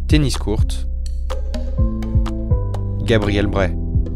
Tennis court, Gabriel Bray.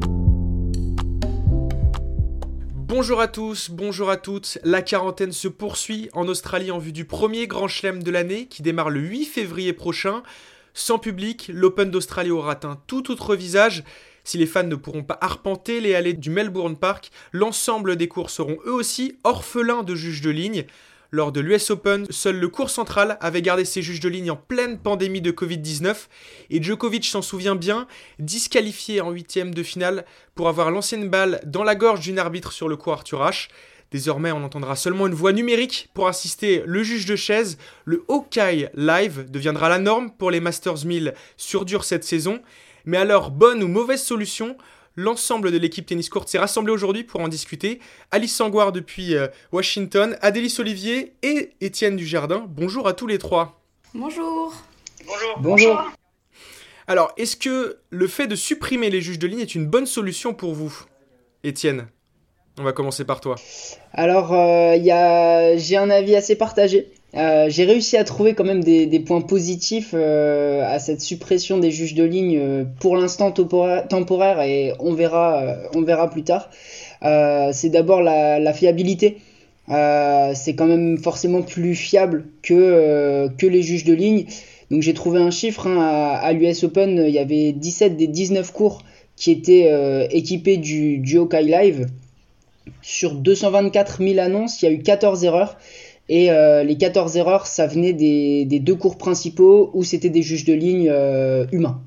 Bonjour à tous, bonjour à toutes. La quarantaine se poursuit en Australie en vue du premier Grand Chelem de l'année qui démarre le 8 février prochain. Sans public, l'Open d'Australie aura un tout autre visage. Si les fans ne pourront pas arpenter les allées du Melbourne Park, l'ensemble des cours seront eux aussi orphelins de juges de ligne. Lors de l'US Open, seul le court central avait gardé ses juges de ligne en pleine pandémie de Covid-19 et Djokovic s'en souvient bien, disqualifié en huitième de finale pour avoir lancé une balle dans la gorge d'une arbitre sur le court Arthur Ashe. Désormais, on entendra seulement une voix numérique pour assister le juge de chaise. Le Hawkeye Live deviendra la norme pour les Masters 1000 sur dur cette saison. Mais alors, bonne ou mauvaise solution ? L'ensemble de l'équipe tennis court s'est rassemblé aujourd'hui pour en discuter. Alice Sangoire depuis Washington, Adélis Olivier et Étienne Dujardin. Bonjour à tous les trois. Bonjour. Bonjour. Alors, est-ce que le fait de supprimer les juges de ligne est une bonne solution pour vous, Étienne ? On va commencer par toi. Alors, j'ai un avis assez partagé. J'ai réussi à trouver quand même des points positifs à cette suppression des juges de ligne pour l'instant temporaire et on verra plus tard. C'est d'abord la fiabilité. C'est quand même forcément plus fiable que les juges de ligne. Donc j'ai trouvé un chiffre à l'US Open, il y avait 17 des 19 cours qui étaient équipés du Hawkeye Live. Sur 224 000 annonces, il y a eu 14 erreurs. Et les 14 erreurs, ça venait des deux cours principaux où c'était des juges de ligne humains.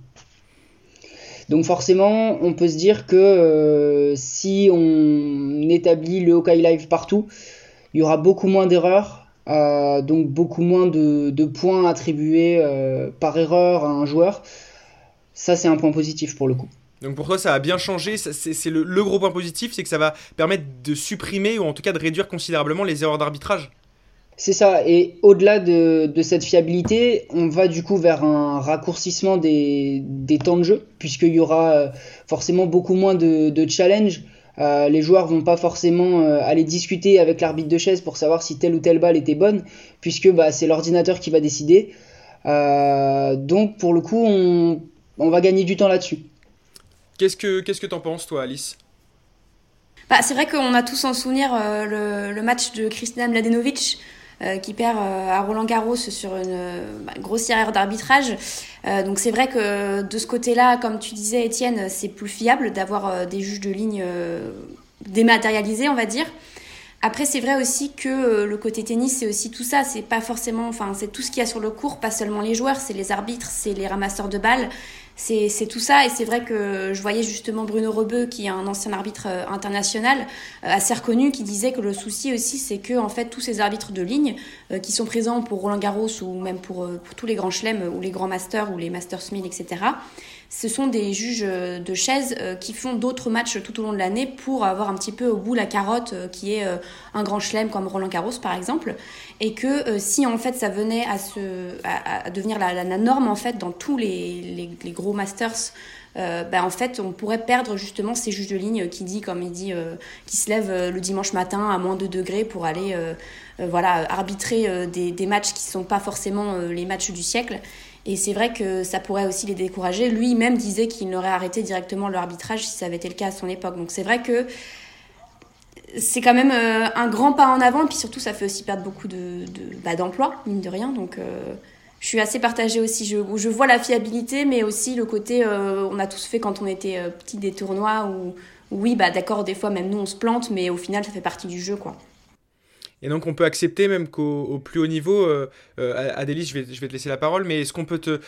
Donc forcément, on peut se dire que si on établit le Hawkeye Live partout, il y aura beaucoup moins d'erreurs, donc beaucoup moins de points attribués par erreur à un joueur. Ça, c'est un point positif pour le coup. Donc pour toi, ça a bien changé. C'est le gros point positif, c'est que ça va permettre de supprimer ou en tout cas de réduire considérablement les erreurs d'arbitrage. C'est ça, et au-delà de cette fiabilité, on va du coup vers un raccourcissement des temps de jeu, puisqu'il y aura forcément beaucoup moins de challenge. Les joueurs vont pas forcément aller discuter avec l'arbitre de chaise pour savoir si telle ou telle balle était bonne, puisque c'est l'ordinateur qui va décider. Donc pour le coup, on va gagner du temps là-dessus. Qu'est-ce que t'en penses, toi, Alice ? C'est vrai qu'on a tous en souvenir le match de Kristina Mladenovic qui perd à Roland-Garros sur une grossière erreur d'arbitrage. Donc c'est vrai que de ce côté-là, comme tu disais, Étienne, c'est plus fiable d'avoir des juges de ligne dématérialisés, on va dire. Après, c'est vrai aussi que le côté tennis, c'est aussi tout ça. C'est pas forcément, c'est tout ce qu'il y a sur le court, pas seulement les joueurs, c'est les arbitres, c'est les ramasseurs de balles. C'est tout ça, et c'est vrai que je voyais justement Bruno Rebeu, qui est un ancien arbitre international, assez reconnu, qui disait que le souci aussi, c'est que en fait tous ces arbitres de ligne qui sont présents pour Roland-Garros ou même pour tous les grands chelems ou les grands masters ou les Masters 1000, etc., ce sont des juges de chaise qui font d'autres matchs tout au long de l'année pour avoir un petit peu au bout la carotte qui est un grand chelem comme Roland-Garros par exemple, et que si en fait ça venait à devenir la norme en fait dans tous les gros masters, en fait on pourrait perdre justement ces juges de ligne qui se lèvent le dimanche matin à moins 2 degrés pour aller arbitrer des matchs qui sont pas forcément les matchs du siècle. Et c'est vrai que ça pourrait aussi les décourager. Lui-même disait qu'il aurait arrêté directement l'arbitrage si ça avait été le cas à son époque. Donc c'est vrai que c'est quand même un grand pas en avant. Et puis surtout, ça fait aussi perdre beaucoup d'emplois, mine de rien. Donc je suis assez partagée aussi. Je vois la fiabilité, mais aussi le côté on a tous fait quand on était petit des tournois où oui, d'accord, des fois même nous on se plante, mais au final ça fait partie du jeu, quoi. Et donc on peut accepter même qu'au plus haut niveau, Adélis, je vais te laisser la parole, mais est-ce qu'on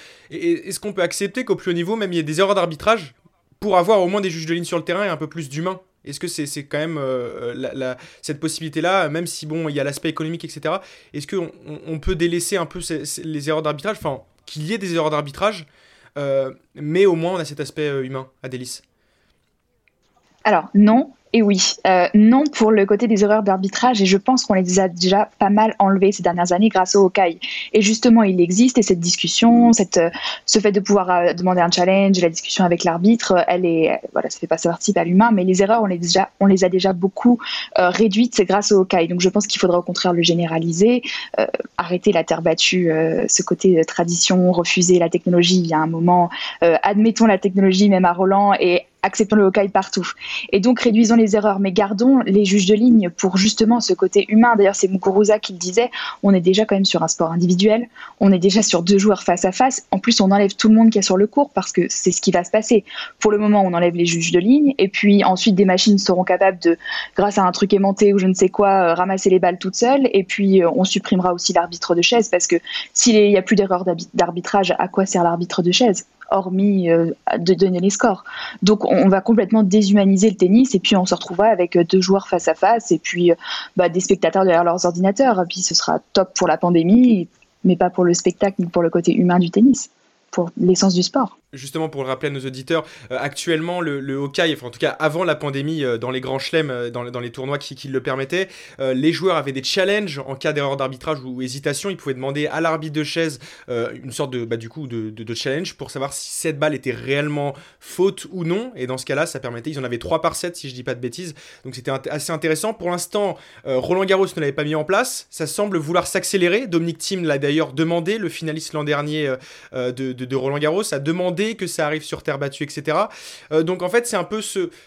peut accepter qu'au plus haut niveau, même il y ait des erreurs d'arbitrage pour avoir au moins des juges de ligne sur le terrain et un peu plus d'humains ? Est-ce que c'est quand même cette possibilité-là, même si il y a l'aspect économique, etc. Est-ce qu'on peut délaisser un peu les erreurs d'arbitrage, enfin qu'il y ait des erreurs d'arbitrage, mais au moins on a cet aspect humain, Adélis ? Alors non. Et oui, non pour le côté des erreurs d'arbitrage, et je pense qu'on les a déjà pas mal enlevées ces dernières années grâce au Hawkeye. Et justement, il existe, et cette discussion, ce fait de pouvoir demander un challenge, la discussion avec l'arbitre, ça fait passer partie à l'humain, mais les erreurs, on les a déjà beaucoup réduites grâce au Hawkeye. Donc je pense qu'il faudra au contraire le généraliser, arrêter la terre battue, ce côté tradition, refuser la technologie. Il y a un moment, admettons la technologie même à Roland, et acceptons le Hawkeye partout. Et donc, réduisons les erreurs, mais gardons les juges de ligne pour justement ce côté humain. D'ailleurs, c'est Muguruza qui le disait, on est déjà quand même sur un sport individuel, on est déjà sur 2 joueurs face à face. En plus, on enlève tout le monde qui est sur le court parce que c'est ce qui va se passer. Pour le moment, on enlève les juges de ligne, et puis ensuite, des machines seront capables de, grâce à un truc aimanté ou je ne sais quoi, ramasser les balles toutes seules, et puis on supprimera aussi l'arbitre de chaise, parce que s'il n'y a plus d'erreurs d'arbitrage, à quoi sert l'arbitre de chaise ? Hormis de donner les scores. Donc on va complètement déshumaniser le tennis, et puis on se retrouvera avec 2 joueurs face à face, et puis des spectateurs derrière leurs ordinateurs, et puis ce sera top pour la pandémie, mais pas pour le spectacle ni pour le côté humain du tennis, pour l'essence du sport. Justement, pour le rappeler à nos auditeurs, actuellement, le Hawkeye, enfin en tout cas avant la pandémie, dans les grands chelems, dans les tournois qui le permettaient, les joueurs avaient des challenges en cas d'erreur d'arbitrage ou hésitation. Ils pouvaient demander à l'arbitre de chaise une sorte de challenge pour savoir si cette balle était réellement faute ou non. Et dans ce cas-là, ça permettait, ils en avaient 3 par 7 si je dis pas de bêtises. Donc c'était assez intéressant. Pour l'instant, Roland Garros ne l'avait pas mis en place. Ça semble vouloir s'accélérer. Dominic Thiem l'a d'ailleurs demandé, le finaliste l'an dernier de Roland Garros, a demandé que ça arrive sur terre battue, etc. Donc en fait, c'est un peu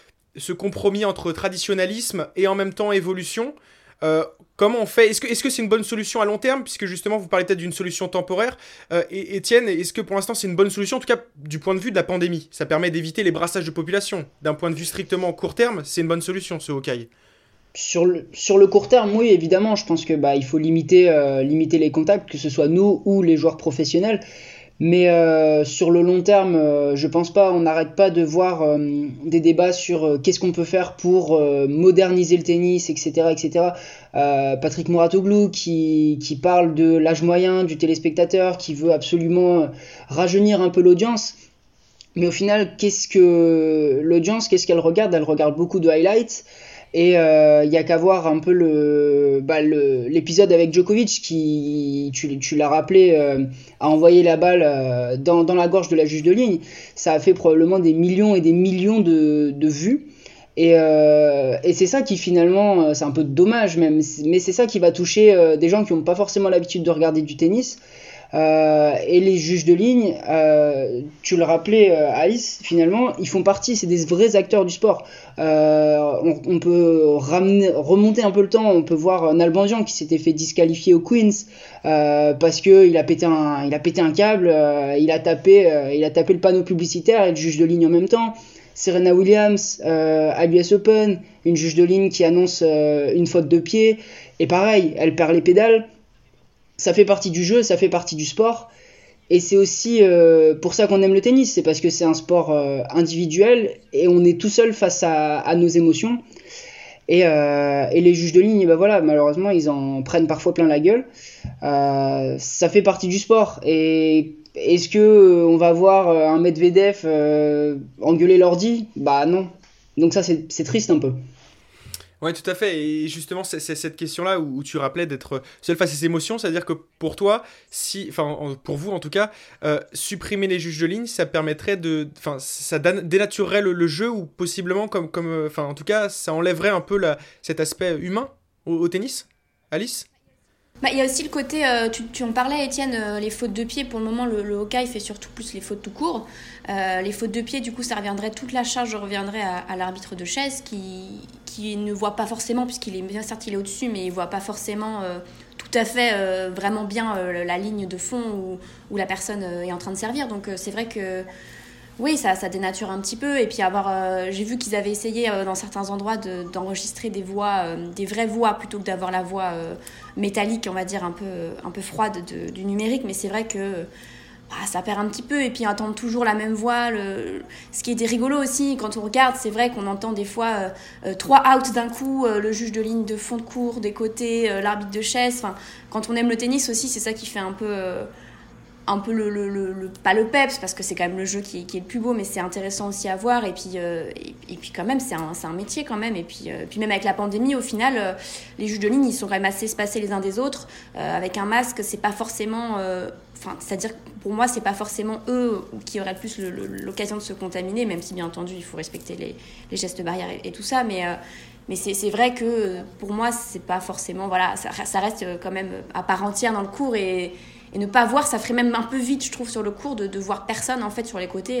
ce compromis entre traditionnalisme et en même temps évolution. Comment on fait ? Est-ce que c'est une bonne solution à long terme ? Puisque justement, vous parlez peut-être d'une solution temporaire. Et Étienne, est-ce que pour l'instant, c'est une bonne solution, en tout cas du point de vue de la pandémie ? Ça permet d'éviter les brassages de population. D'un point de vue strictement court terme, c'est une bonne solution, ce Hawkeye. Sur le court terme, oui, évidemment. Je pense que il faut limiter les contacts, que ce soit nous ou les joueurs professionnels. Mais sur le long terme, je pense pas. On n'arrête pas de voir des débats sur qu'est-ce qu'on peut faire pour moderniser le tennis, etc., etc. Patrick Mouratoglou qui parle de l'âge moyen du téléspectateur, qui veut absolument rajeunir un peu l'audience. Mais au final, qu'est-ce qu'elle regarde ? Elle regarde beaucoup de highlights. Et il y a qu'à voir un peu l'épisode avec Djokovic qui, tu l'as rappelé, a envoyé la balle dans la gorge de la juge de ligne. Ça a fait probablement des millions et des millions de vues. Et c'est ça qui finalement, c'est un peu dommage même, mais c'est ça qui va toucher des gens qui n'ont pas forcément l'habitude de regarder du tennis. Et les juges de ligne, tu le rappelais, Alice, finalement ils font partie, c'est des vrais acteurs du sport. On peut remonter un peu le temps, on peut voir Nalbandian qui s'était fait disqualifier au Queens parce que il a pété un câble, il a tapé le panneau publicitaire et le juge de ligne en même temps. Serena Williams à l'US Open, une juge de ligne qui annonce une faute de pied, et pareil, elle perd les pédales. Ça fait partie du jeu, ça fait partie du sport. Et c'est aussi pour ça qu'on aime le tennis, c'est parce que c'est un sport individuel et on est tout seul face à nos émotions. Et les juges de ligne, malheureusement, ils en prennent parfois plein la gueule. Ça fait partie du sport. Et est-ce que on va voir un Medvedev engueuler l'ordi ? Non. Donc ça, c'est triste un peu. Ouais, tout à fait. Et justement, c'est cette question-là où tu rappelais d'être seul face à ses émotions. C'est-à-dire que pour toi, pour vous en tout cas, supprimer les juges de ligne, ça permettrait ça dénaturerait le jeu, ou possiblement en tout cas, ça enlèverait un peu cet aspect humain au tennis, Alice ? Il y a aussi le côté, tu en parlais Étienne, les fautes de pied. Pour le moment, le Hawkeye fait surtout plus les fautes tout court. Les fautes de pied, du coup, toute la charge reviendrait à l'arbitre de chaise qui ne voit pas forcément, puisqu'il est bien certes il est au-dessus, mais il ne voit pas forcément tout à fait vraiment bien la ligne de fond où la personne est en train de servir. Donc c'est vrai que oui, ça dénature un petit peu. Et puis j'ai vu qu'ils avaient essayé dans certains endroits d'enregistrer des voix, des vraies voix, plutôt que d'avoir la voix métallique, on va dire, un peu froide du numérique. Mais c'est vrai que ça perd un petit peu. Et puis entendre toujours la même voix. Ce qui était rigolo aussi, quand on regarde, c'est vrai qu'on entend des fois 3 outs d'un coup, le juge de ligne de fond de court, des côtés, l'arbitre de chaise. Quand on aime le tennis aussi, c'est ça qui fait un peu un peu pas le peps, parce que c'est quand même le jeu qui est le plus beau, mais c'est intéressant aussi à voir. Et puis quand même, c'est un métier quand même. Et puis même avec la pandémie, au final, les juges de ligne, ils sont quand même assez espacés les uns des autres. Avec un masque, c'est pas forcément... c'est-à-dire pour moi, c'est pas forcément eux qui auraient le plus l'occasion de se contaminer, même si bien entendu, il faut respecter les gestes barrières et tout ça. Mais c'est vrai que pour moi, c'est pas forcément... Voilà, ça reste quand même à part entière dans le cours et ne pas voir, ça ferait même un peu vite, je trouve, sur le cours de voir personne en fait sur les côtés.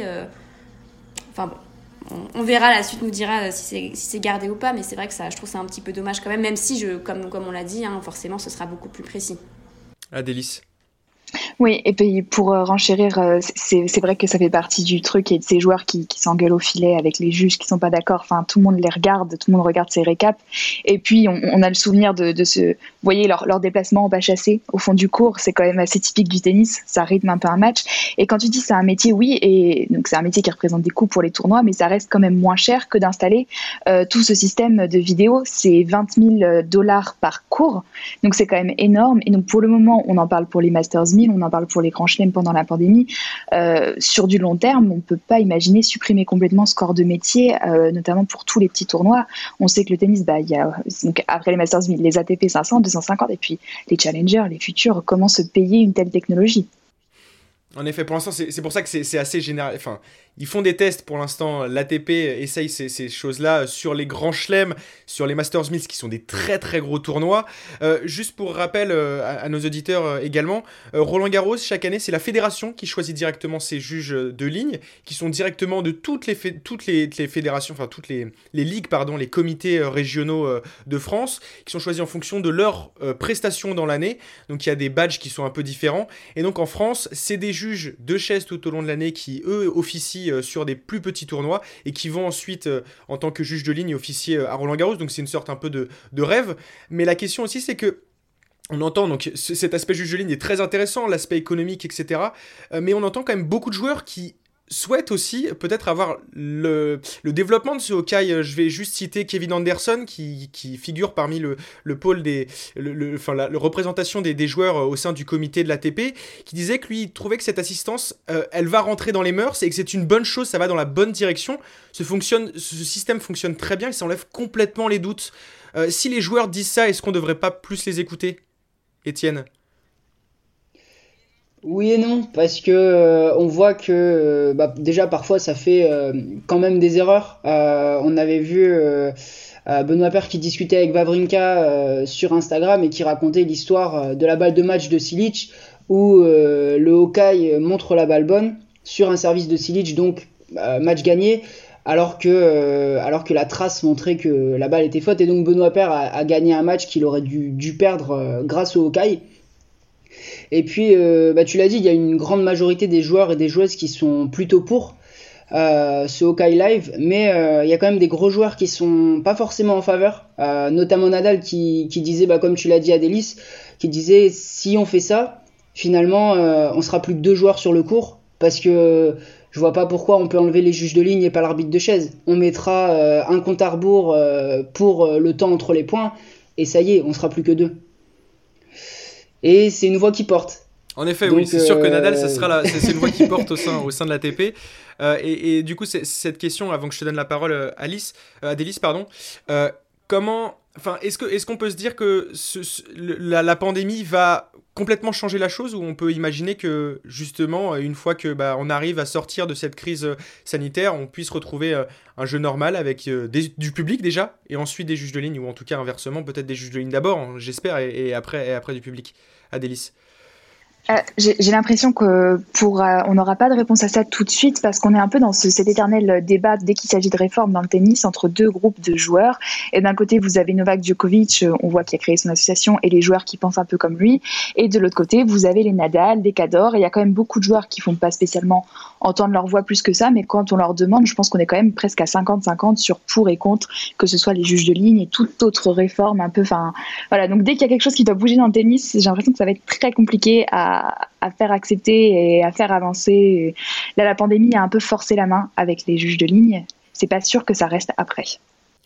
Enfin bon, on verra, la suite nous dira si c'est gardé ou pas, mais c'est vrai que je trouve ça un petit peu dommage quand même si comme on l'a dit, forcément ce sera beaucoup plus précis. Adélis. Oui, et puis pour renchérir, c'est vrai que ça fait partie du truc et de ces joueurs qui s'engueulent au filet avec les juges qui sont pas d'accord. Enfin, tout le monde les regarde, tout le monde regarde ces récaps. Et puis on a le souvenir de vous voyez, leur déplacement au pas chassé au fond du court, c'est quand même assez typique du tennis. Ça rythme un peu un match. Et quand tu dis c'est un métier, oui, et donc c'est un métier qui représente des coûts pour les tournois, mais ça reste quand même moins cher que d'installer tout ce système de vidéo. C'est $20,000 par cours, donc c'est quand même énorme. Et donc pour le moment, on en parle pour les Masters 1000, on en parle pour les grands chelems pendant la pandémie. Sur du long terme, on ne peut pas imaginer supprimer complètement ce corps de métier, notamment pour tous les petits tournois. On sait que le tennis, il y a donc, après les Masters 1000, les ATP 500, 250, et puis les challengers, les futurs, comment se payer une telle technologie? En effet, pour l'instant, c'est pour ça que c'est assez général. Enfin, ils font des tests pour l'instant. L'ATP essaye ces choses-là sur les grands chelems, sur les Masters 1000, qui sont des très très gros tournois. Juste pour rappel à nos auditeurs également, Roland Garros, chaque année, c'est la fédération qui choisit directement ses juges de ligne, qui sont directement de toutes les fédérations, enfin toutes les ligues, pardon, les comités régionaux de France, qui sont choisis en fonction de leurs prestations dans l'année. Donc il y a des badges qui sont un peu différents. Et donc en France, c'est des juges de chaise tout au long de l'année qui, eux, officient sur des plus petits tournois et qui vont ensuite, en tant que juge de ligne, officier à Roland-Garros. Donc c'est une sorte un peu de rêve. Mais la question aussi, c'est que on entend, donc cet aspect juge de ligne est très intéressant, l'aspect économique, etc. Mais on entend quand même beaucoup de joueurs qui souhaitent aussi peut-être avoir le développement de ce Hawkeye. Je vais juste citer Kevin Anderson qui figure parmi le pôle la représentation des joueurs au sein du comité de l'ATP, qui disait que lui il trouvait que cette assistance elle va rentrer dans les mœurs et que c'est une bonne chose, ça va dans la bonne direction. Ce système fonctionne très bien et ça enlève complètement les doutes. Si les joueurs disent ça, est-ce qu'on devrait pas plus les écouter, Étienne? Oui et non, parce que on voit que déjà parfois ça fait quand même des erreurs. On avait vu Benoît Paire qui discutait avec Wawrinka sur Instagram et qui racontait l'histoire de la balle de match de Cilic où le Hawkeye montre la balle bonne sur un service de Cilic, donc match gagné, alors que la trace montrait que la balle était faute et donc Benoît Paire a gagné un match qu'il aurait dû perdre grâce au Hawkeye. Et puis, tu l'as dit, il y a une grande majorité des joueurs et des joueuses qui sont plutôt pour ce Hawkeye Live, mais il y a quand même des gros joueurs qui sont pas forcément en faveur, notamment Nadal qui disait, comme tu l'as dit Adélis, qui disait si on fait ça, finalement on sera plus que 2 joueurs sur le court, parce que je vois pas pourquoi on peut enlever les juges de ligne et pas l'arbitre de chaise. On mettra un compte à rebours pour le temps entre les points, et ça y est, on sera plus que 2. Et c'est une voix qui porte. En effet, donc, oui, c'est sûr que Nadal, c'est une voix qui porte au sein de l'ATP. Et du coup, cette question, avant que je te donne la parole, Adélis, est-ce qu'on peut se dire que la pandémie va complètement changer la chose, ou on peut imaginer que justement, une fois que on arrive à sortir de cette crise sanitaire, on puisse retrouver un jeu normal avec du public déjà, et ensuite des juges de ligne, ou en tout cas inversement, peut-être des juges de ligne d'abord, j'espère, et après du public. Adélis. J'ai l'impression que on n'aura pas de réponse à ça tout de suite, parce qu'on est un peu dans cet éternel débat dès qu'il s'agit de réforme dans le tennis entre 2 groupes de joueurs. Et d'un côté, vous avez Novak Djokovic, on voit qu'il a créé son association, et les joueurs qui pensent un peu comme lui. Et de l'autre côté, vous avez les Nadal, les Cador. Et il y a quand même beaucoup de joueurs qui font pas spécialement entendre leur voix plus que ça, mais quand on leur demande, je pense qu'on est quand même presque à 50-50 sur pour et contre, que ce soit les juges de ligne et toute autre réforme un peu. Enfin, voilà. Donc dès qu'il y a quelque chose qui doit bouger dans le tennis, j'ai l'impression que ça va être très compliqué à faire accepter et à faire avancer. Là, la pandémie a un peu forcé la main avec les juges de ligne. C'est pas sûr que ça reste après.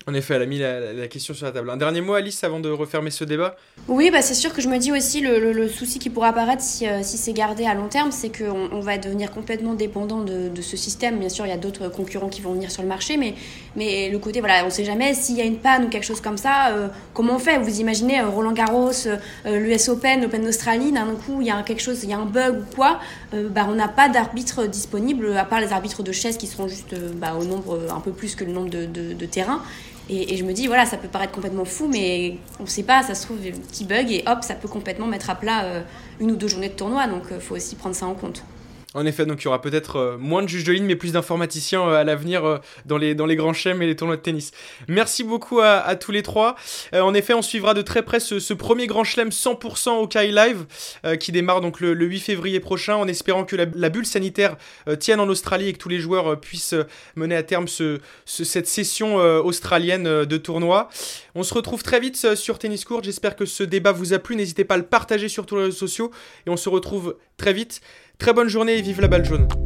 En effet, elle a mis la question sur la table. Un dernier mot, Alice, avant de refermer ce débat? Oui, c'est sûr que je me dis aussi le souci qui pourrait apparaître si c'est gardé à long terme, c'est qu'on va devenir complètement dépendant de ce système. Bien sûr, il y a d'autres concurrents qui vont venir sur le marché, mais le côté, voilà, on ne sait jamais s'il y a une panne ou quelque chose comme ça, comment on fait? Vous imaginez Roland Garros, l'US Open, l'Open d'Australie, d'un coup, il y a quelque chose, il y a un bug ou quoi, on n'a pas d'arbitre disponible, à part les arbitres de chaises qui seront juste au nombre, un peu plus que le nombre de terrains. Et je me dis, voilà, ça peut paraître complètement fou, mais on ne sait pas, ça se trouve, un petit bug, et hop, ça peut complètement mettre à plat une ou deux journées de tournoi, donc il faut aussi prendre ça en compte. En effet, donc il y aura peut-être moins de juges de ligne, mais plus d'informaticiens à l'avenir dans les grands chelems et les tournois de tennis. Merci beaucoup à tous les trois. En effet, on suivra de très près ce premier grand chelem 100% Hawkeye Live qui démarre donc le 8 février prochain, en espérant que la bulle sanitaire tienne en Australie et que tous les joueurs puissent mener à terme cette session australienne de tournoi. On se retrouve très vite sur Tennis Court. J'espère que ce débat vous a plu. N'hésitez pas à le partager sur tous les réseaux sociaux et on se retrouve très vite. Très bonne journée et vive la balle jaune.